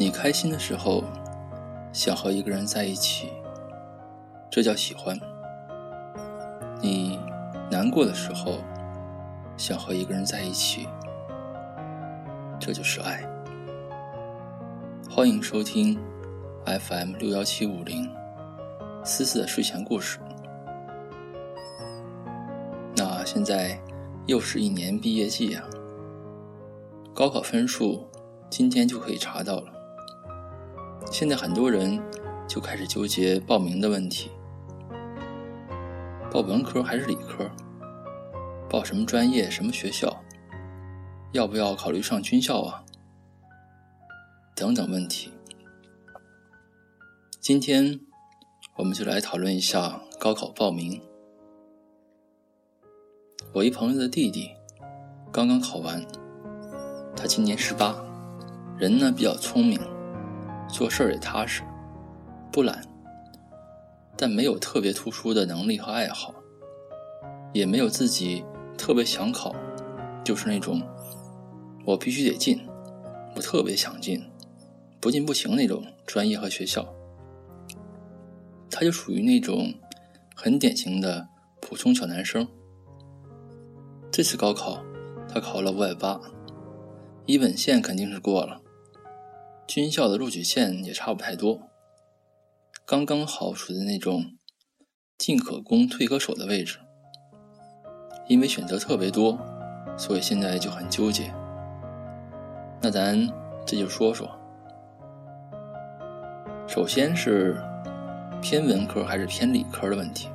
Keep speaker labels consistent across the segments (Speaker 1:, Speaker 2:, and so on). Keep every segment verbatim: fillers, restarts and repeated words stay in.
Speaker 1: 你开心的时候想和一个人在一起，这叫喜欢。你难过的时候想和一个人在一起，这就是爱。欢迎收听 F M 六一七五零思思的睡前故事。那现在又是一年毕业季啊，高考分数今天就可以查到了。现在很多人就开始纠结报名的问题，报文科还是理科，报什么专业什么学校，要不要考虑上军校啊，等等问题。今天我们就来讨论一下高考报名。我一朋友的弟弟刚刚考完，他今年十八，人呢比较聪明，做事也踏实，不懒，但没有特别突出的能力和爱好，也没有自己特别想考，就是那种我必须得进，我特别想进，不进不行那种专业和学校。他就属于那种很典型的普通小男生。这次高考他考了五百八，一本线肯定是过了，军校的录取线也差不太多，刚刚好处在那种进可攻退可守的位置。因为选择特别多，所以现在就很纠结。那咱这就说说，首先是偏文科还是偏理科的问题。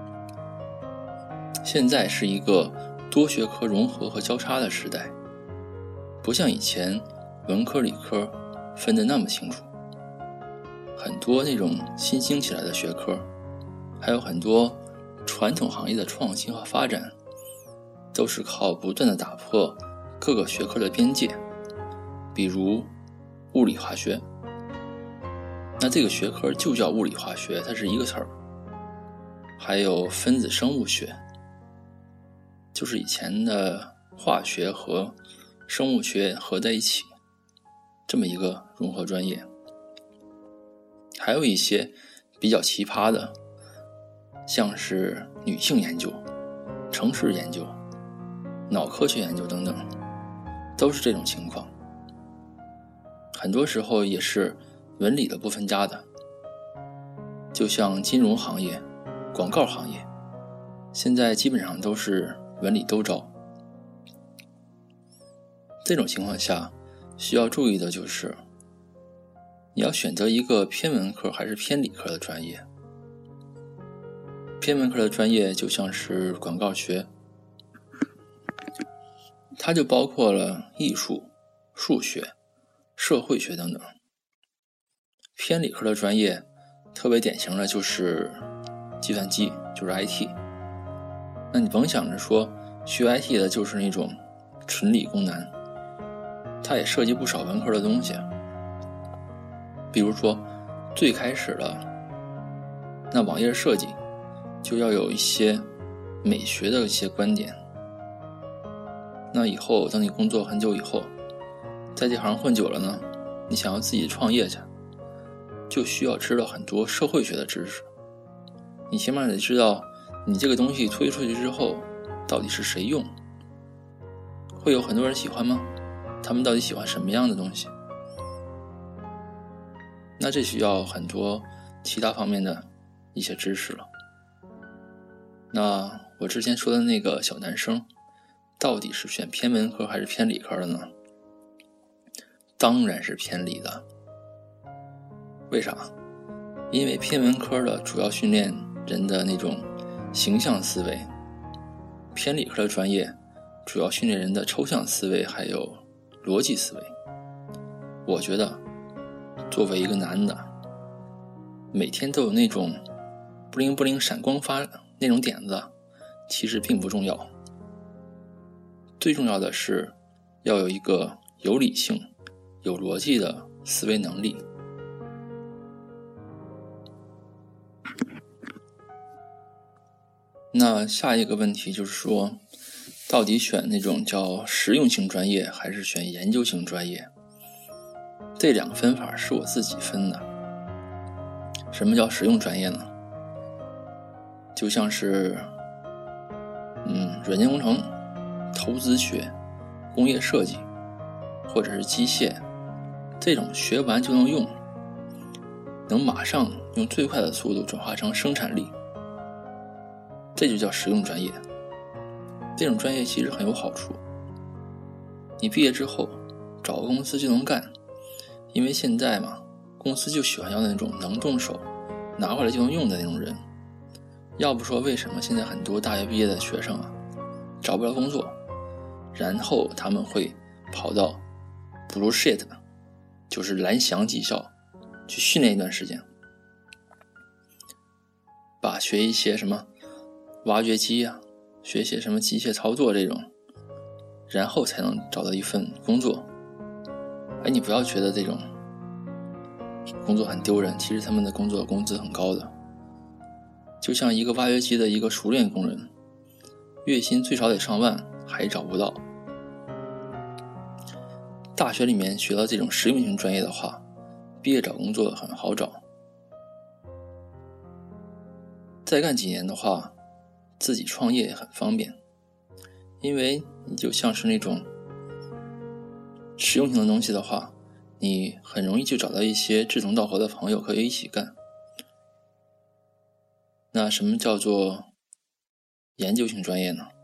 Speaker 1: 现在是一个多学科融合和交叉的时代，不像以前文科理科分得那么清楚。很多那种新兴起来的学科，还有很多传统行业的创新和发展，都是靠不断的打破各个学科的边界。比如物理化学，那这个学科就叫物理化学，它是一个词儿。还有分子生物学，就是以前的化学和生物学合在一起，这么一个融合专业。还有一些比较奇葩的，像是女性研究、城市研究、脑科学研究等等，都是这种情况。很多时候也是文理的不分家的，就像金融行业、广告行业，现在基本上都是文理都招。这种情况下需要注意的就是，你要选择一个偏文科还是偏理科的专业。偏文科的专业就像是广告学，它就包括了艺术、数学、社会学等等。偏理科的专业特别典型的就是计算机，就是 I T。 那你甭想着说学 I T 的就是那种纯理工男，它也涉及不少文科的东西。比如说最开始的那网页设计就要有一些美学的一些观点，那以后等你工作很久以后，在这行混久了呢，你想要自己创业去，就需要知道很多社会学的知识。你起码得知道你这个东西推出去之后到底是谁用，会有很多人喜欢吗？他们到底喜欢什么样的东西？那这需要很多其他方面的一些知识了。那我之前说的那个小男生到底是选偏文科还是偏理科的呢？当然是偏理的。为啥？因为偏文科的主要训练人的那种形象思维，偏理科的专业主要训练人的抽象思维还有逻辑思维。我觉得作为一个男的，每天都有那种不灵不灵闪光发那种点子，其实并不重要。最重要的是要有一个有理性、有逻辑的思维能力。那下一个问题就是说，到底选那种叫实用性专业还是选研究性专业？ 这两个分法是我自己分的。什么叫实用专业呢？就像是嗯，软件工程、投资学、工业设计或者是机械，这种学完就能用，能马上用最快的速度转化成生产力，这就叫实用专业。这种专业其实很有好处，你毕业之后找个公司就能干，因为现在嘛，公司就喜欢要那种能动手拿回来就能用的那种人。要不说为什么现在很多大学毕业的学生啊找不着工作，然后他们会跑到 Blue Sheet， 就是蓝翔技校去训练一段时间，把学一些什么挖掘机啊，学一些什么机械操作这种，然后才能找到一份工作。哎，你不要觉得这种工作很丢人，其实他们的工作工资很高的。就像一个挖掘机的一个熟练工人，月薪最少得上万，还找不到。大学里面学到这种实用性专业的话，毕业找工作很好找。再干几年的话，自己创业也很方便，因为你就像是那种实用性的东西的话，你很容易就找到一些志同道合的朋友可以一起干。那什么叫做研究性专业呢？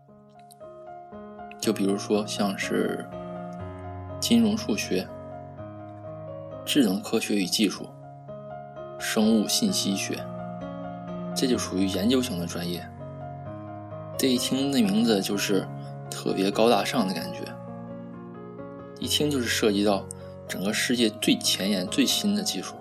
Speaker 1: 就比如说像是金融数学、智能科学与技术、生物信息学，这就属于研究型的专业。这一听那名字就是特别高大上的感觉，一听就是涉及到整个世界最前沿最新的技术。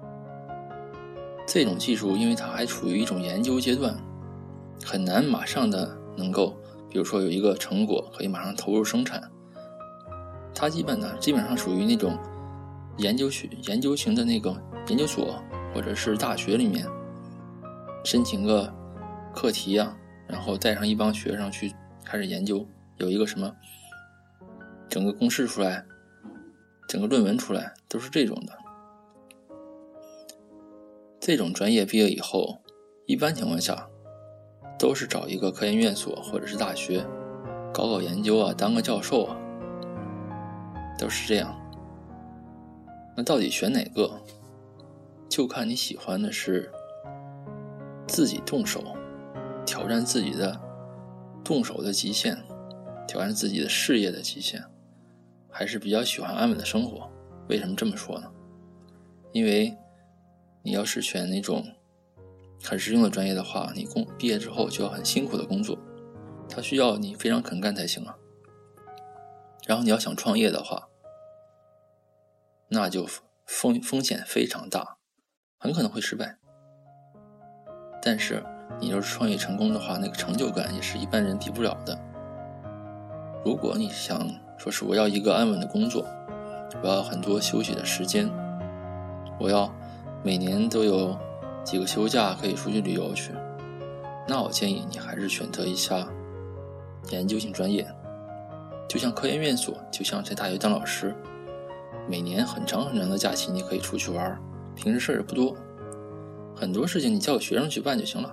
Speaker 1: 这种技术因为它还处于一种研究阶段，很难马上的能够比如说有一个成果可以马上投入生产，它基本呢基本上属于那种研究学研究型的那个研究所或者是大学里面申请个课题啊，然后带上一帮学生去开始研究，有一个什么整个公式出来，整个论文出来，都是这种的。这种专业毕业以后，一般情况下都是找一个科研院所或者是大学搞搞研究啊，当个教授啊，都是这样。那到底选哪个，就看你喜欢的是自己动手挑战自己的动手的极限，挑战自己的事业的极限，还是比较喜欢安稳的生活。为什么这么说呢？因为你要是选那种很实用的专业的话，你工毕业之后就要很辛苦的工作，它需要你非常肯干才行啊。然后你要想创业的话，那就风风险非常大，很可能会失败。但是你要是创业成功的话，那个成就感也是一般人比不了的。如果你想说是我要一个安稳的工作，我要很多休息的时间，我要每年都有几个休假可以出去旅游去，那我建议你还是选择一下研究性专业，就像科研院所，就像在大学当老师，每年很长很长的假期你可以出去玩，平时事儿不多，很多事情你叫学生去办就行了。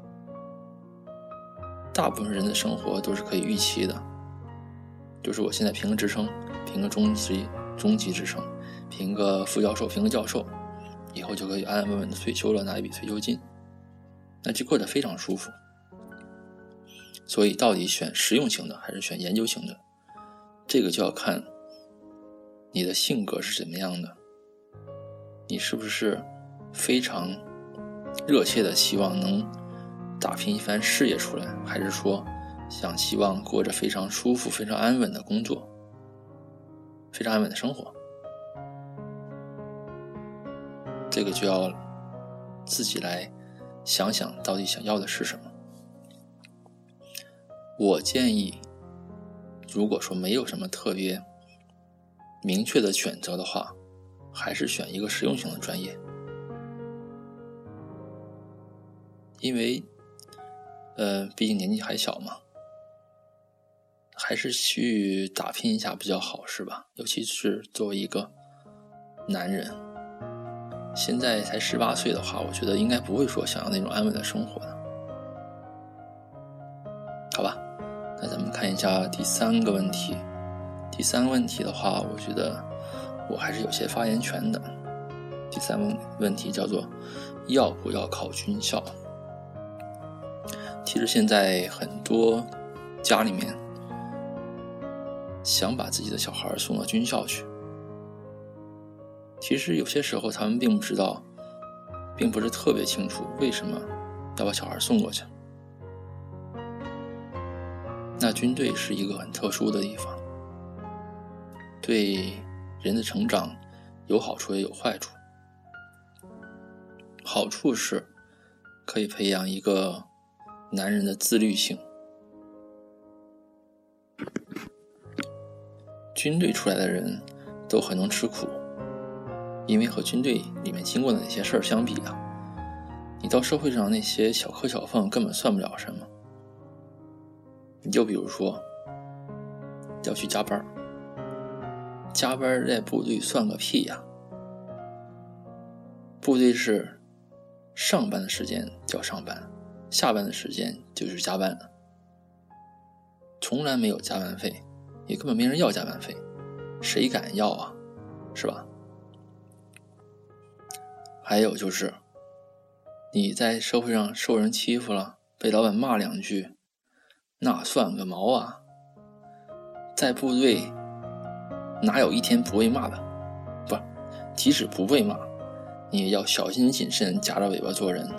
Speaker 1: 大部分人的生活都是可以预期的，就是我现在评个职称，评个中级中级职称，评个副教授，评个教授，以后就可以安安稳稳的退休了，拿一笔退休金，那就过得非常舒服。所以到底选实用型的还是选研究型的，这个就要看你的性格是怎么样的，你是不是非常热切的希望能打拼一番事业出来，还是说想希望过着非常舒服非常安稳的工作，非常安稳的生活。这个就要自己来想想到底想要的是什么。我建议如果说没有什么特别明确的选择的话，还是选一个实用性的专业，因为呃，毕竟年纪还小嘛，还是去打拼一下比较好，是吧？尤其是作为一个男人，现在才十八岁的话，我觉得应该不会说想要那种安稳的生活的。好吧，那咱们看一下第三个问题。第三个问题的话，我觉得我还是有些发言权的。第三个问题叫做要不要考军校。其实现在很多家里面想把自己的小孩送到军校去，其实有些时候他们并不知道，并不是特别清楚为什么要把小孩送过去。那军队是一个很特殊的地方，对人的成长有好处也有坏处。好处是可以培养一个男人的自律性。军队出来的人都很能吃苦，因为和军队里面经过的那些事儿相比啊，你到社会上那些小磕小缝根本算不了什么。你就比如说要去加班，加班在部队算个屁呀！部队是上班的时间叫上班，下班的时间就是加班，从来没有加班费，也根本没人要加班费，谁敢要啊，是吧？还有就是你在社会上受人欺负了，被老板骂两句，那算个毛啊！在部队哪有一天不被骂的？不，即使不被骂，你也要小心谨慎，夹着尾巴做人，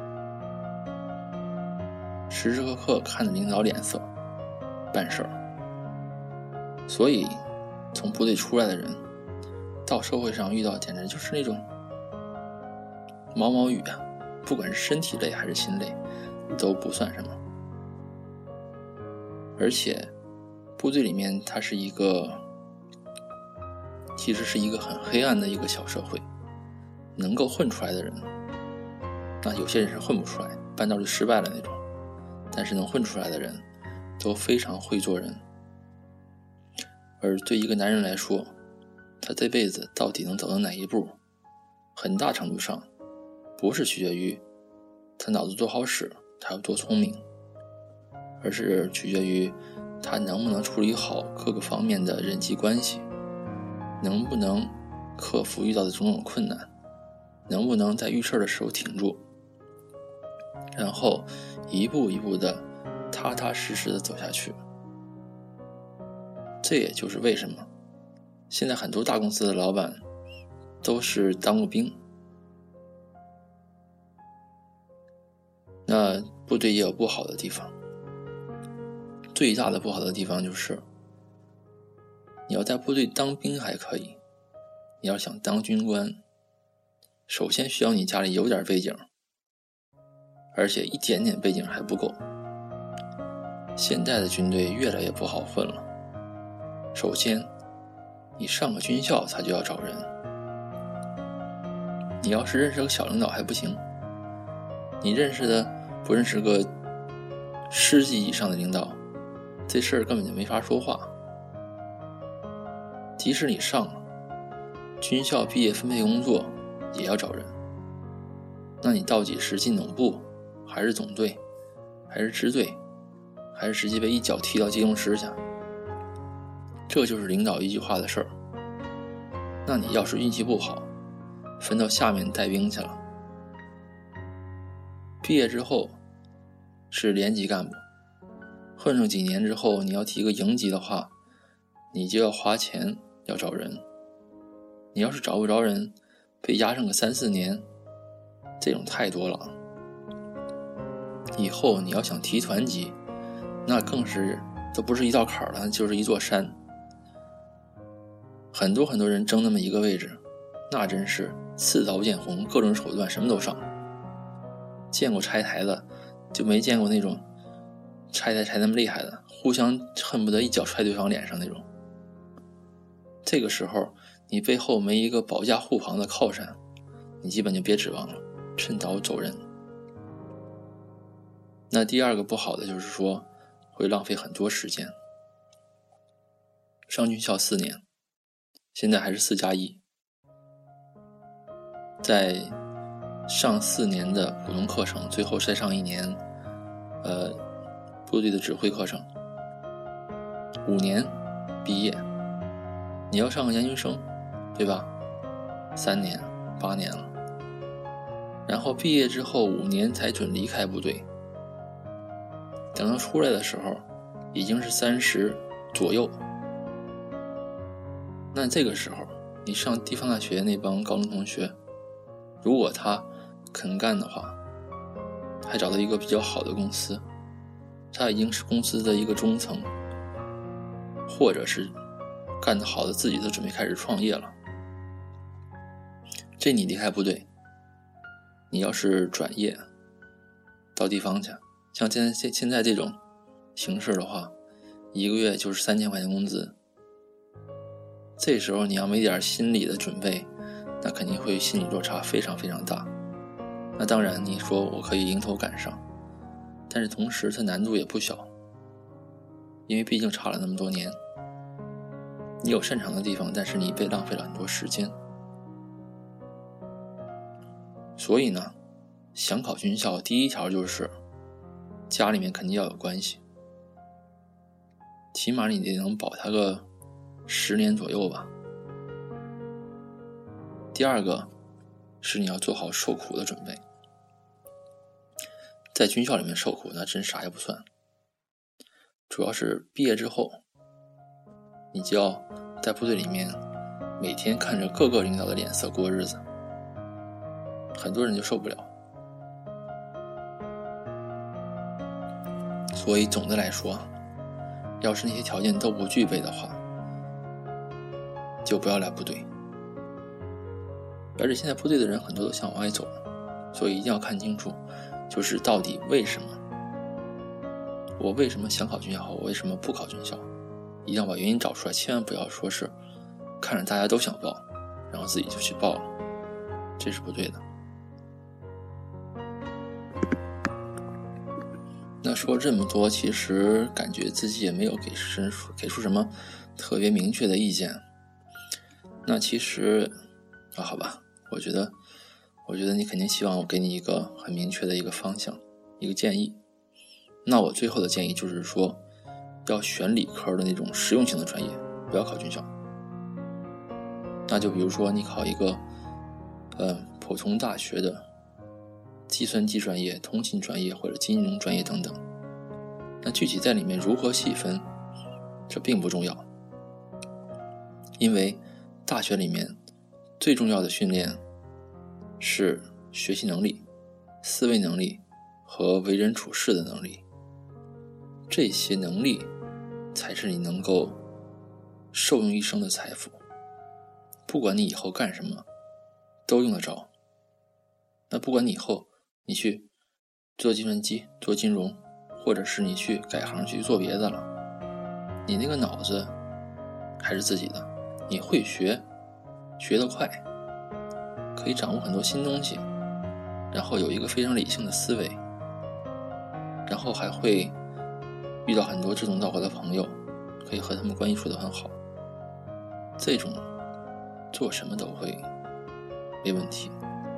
Speaker 1: 时时刻刻看着领导脸色办事儿。所以从部队出来的人到社会上遇到简直就是那种毛毛雨啊，不管是身体累还是心累都不算什么。而且部队里面它是一个其实是一个很黑暗的一个小社会，能够混出来的人，那有些人是混不出来，半道就失败了那种，但是能混出来的人都非常会做人。而对一个男人来说，他这辈子到底能走到哪一步，很大程度上不是取决于他脑子多好使，他有多聪明，而是取决于他能不能处理好各个方面的人际关系，能不能克服遇到的种种困难，能不能在遇事的时候挺住，然后一步一步的踏踏实实的走下去。这也就是为什么现在很多大公司的老板都是当过兵。那部队也有不好的地方，最大的不好的地方就是你要在部队当兵还可以，你要想当军官，首先需要你家里有点背景，而且一点点背景还不够。现在的军队越来越不好混了，首先你上个军校他就要找人，你要是认识个小领导还不行，你认识的不认识个师级以上的领导，这事儿根本就没法说话。即使你上了军校毕业分配工作也要找人，那你到底是进总部还是总队还是支队，还是直接被一脚踢到机动师去，这就是领导一句话的事儿。那你要是运气不好分到下面带兵去了，毕业之后是连级干部，混上几年之后你要提个营级的话，你就要花钱要找人，你要是找不着人被压上个三四年，这种太多了。以后你要想提团级，那更是都不是一道坎了，就是一座山。很多很多人争那么一个位置，那真是刺刀见红，各种手段什么都上。见过拆台的就没见过那种拆台拆那么厉害的，互相恨不得一脚踹对方脸上那种。这个时候你背后没一个保驾护航的靠山，你基本就别指望了，趁早走人。那第二个不好的就是说会浪费很多时间。上军校四年，现在还是四加一， 在上四年的普通课程，最后再上一年呃部队的指挥课程，五年毕业。你要上个研究生，对吧？三年八年了，然后毕业之后五年才准离开部队，等到出来的时候已经是三十左右。那这个时候你上地方大学那帮高中同学，如果他肯干的话，还找到一个比较好的公司，他已经是公司的一个中层，或者是干得好的自己都准备开始创业了。这你离开部队，你要是转业到地方去，像现在现在这种形式的话，一个月就是三千块钱工资。这时候你要没点心理的准备，那肯定会心理落差非常非常大。那当然你说我可以迎头赶上，但是同时它难度也不小，因为毕竟差了那么多年。你有擅长的地方，但是你被浪费了很多时间。所以呢，想考军校第一条就是家里面肯定要有关系，起码你得能保他个十年左右吧。第二个是你要做好受苦的准备。在军校里面受苦那真啥也不算，主要是毕业之后你就要在部队里面每天看着各个领导的脸色过日子，很多人就受不了。所以总的来说，要是那些条件都不具备的话，就不要来部队。而且现在部队的人很多都想往外走，所以一定要看清楚，就是到底为什么，我为什么想考军校，我为什么不考军校，一定要把原因找出来，千万不要说是看着大家都想报，然后自己就去报了，这是不对的。那说这么多，其实感觉自己也没有给出给出什么特别明确的意见。那其实啊，好吧，我觉得我觉得你肯定希望我给你一个很明确的一个方向，一个建议。那我最后的建议就是说，要选理科的那种实用性的专业，不要考军校。那就比如说你考一个呃普通大学的计算机专业、通信专业或者金融专业等等。那具体在里面如何细分，这并不重要，因为大学里面最重要的训练是学习能力、思维能力和为人处事的能力。这些能力才是你能够受用一生的财富，不管你以后干什么都用得着。那不管你以后你去做计算机、做金融，或者是你去改行去做别的了，你那个脑子还是自己的，你会学，学得快，可以掌握很多新东西，然后有一个非常理性的思维，然后还会遇到很多志同道合的朋友，可以和他们关系处得很好，这种做什么都会没问题。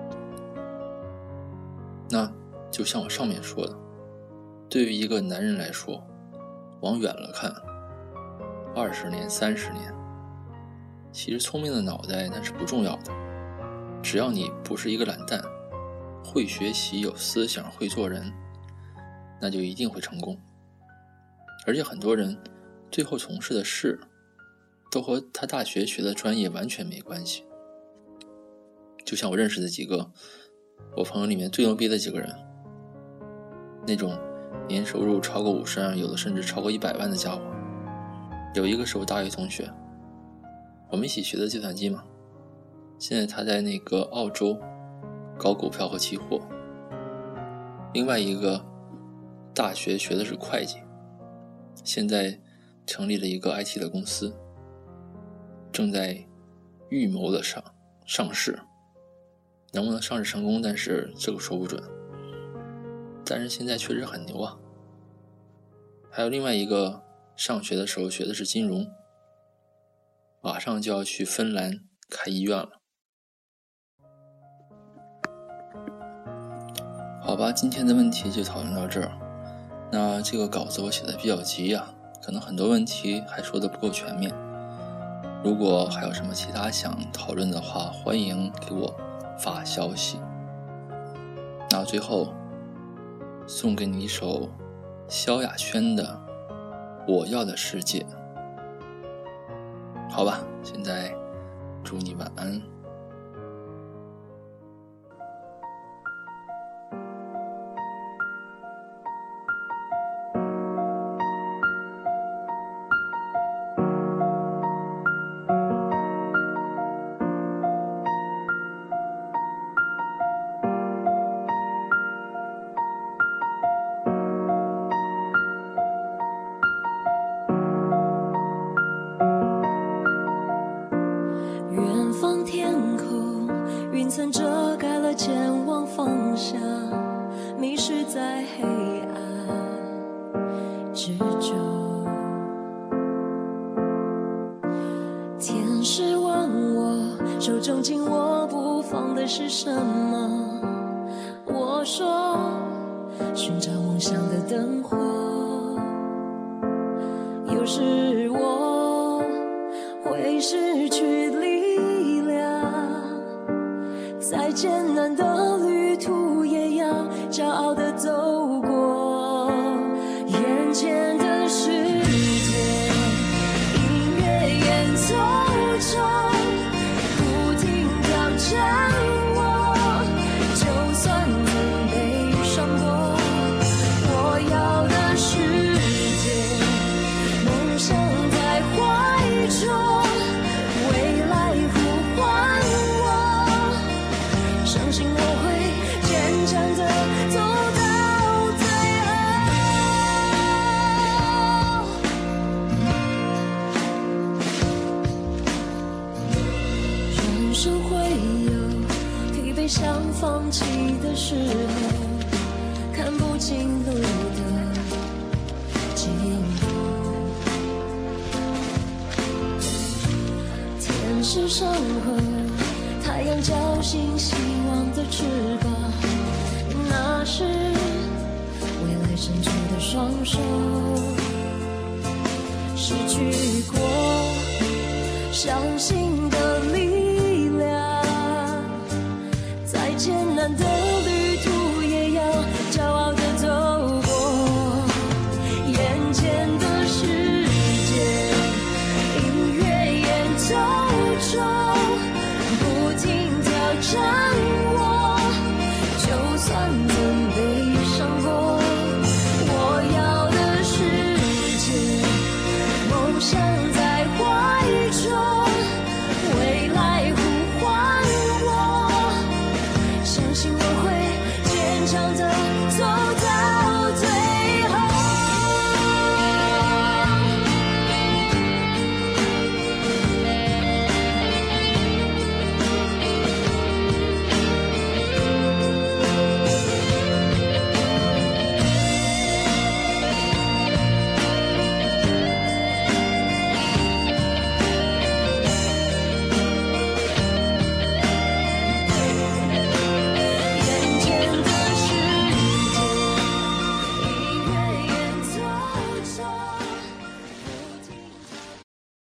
Speaker 1: 那就像我上面说的，对于一个男人来说，往远了看，二十年、三十年，其实聪明的脑袋那是不重要的，只要你不是一个懒蛋，会学习、有思想、会做人，那就一定会成功。而且很多人最后从事的事，都和他大学学的专业完全没关系。就像我认识的几个，我朋友里面最牛逼的几个人，那种年收入超过五十万，有的甚至超过一百万的家伙。有一个是我大学同学，我们一起学的计算机嘛，现在他在那个澳洲搞股票和期货。另外一个大学学的是会计，现在成立了一个 I T 的公司，正在预谋的上上市，能不能上市成功，但是这个说不准。但是现在确实很牛啊。还有另外一个上学的时候学的是金融，马上就要去芬兰开医院了。 吧，今天的问题就讨论到这儿。那这个稿子我写的比较急啊，可能很多问题还说的不够全面。如果还有什么其他想讨论的话，欢迎给我发消息。那最后送给你一首萧亚轩的《我要的世界》。好吧，现在祝你晚安。
Speaker 2: 云层遮盖了前往方向，迷失在黑暗之中。天使问我，手中紧握不放的是什么？我说，寻找梦想的灯火。有时我会失去力量，再艰难的旅途也要骄傲地走过。眼前的世界，音乐演奏中不停挑战我，就算曾被伤过。我要的世界，梦想在怀中，未来呼唤我，相信我会坚强地走到最后。人生会有疲惫想放弃的时候，看不清路的尽头。天使守候，太阳叫醒希望的翅膀，那是未来伸出的双手。失去过相信的力量，再艰难的旅途也要骄傲地走过。眼前的世界，音乐演奏中不停挑战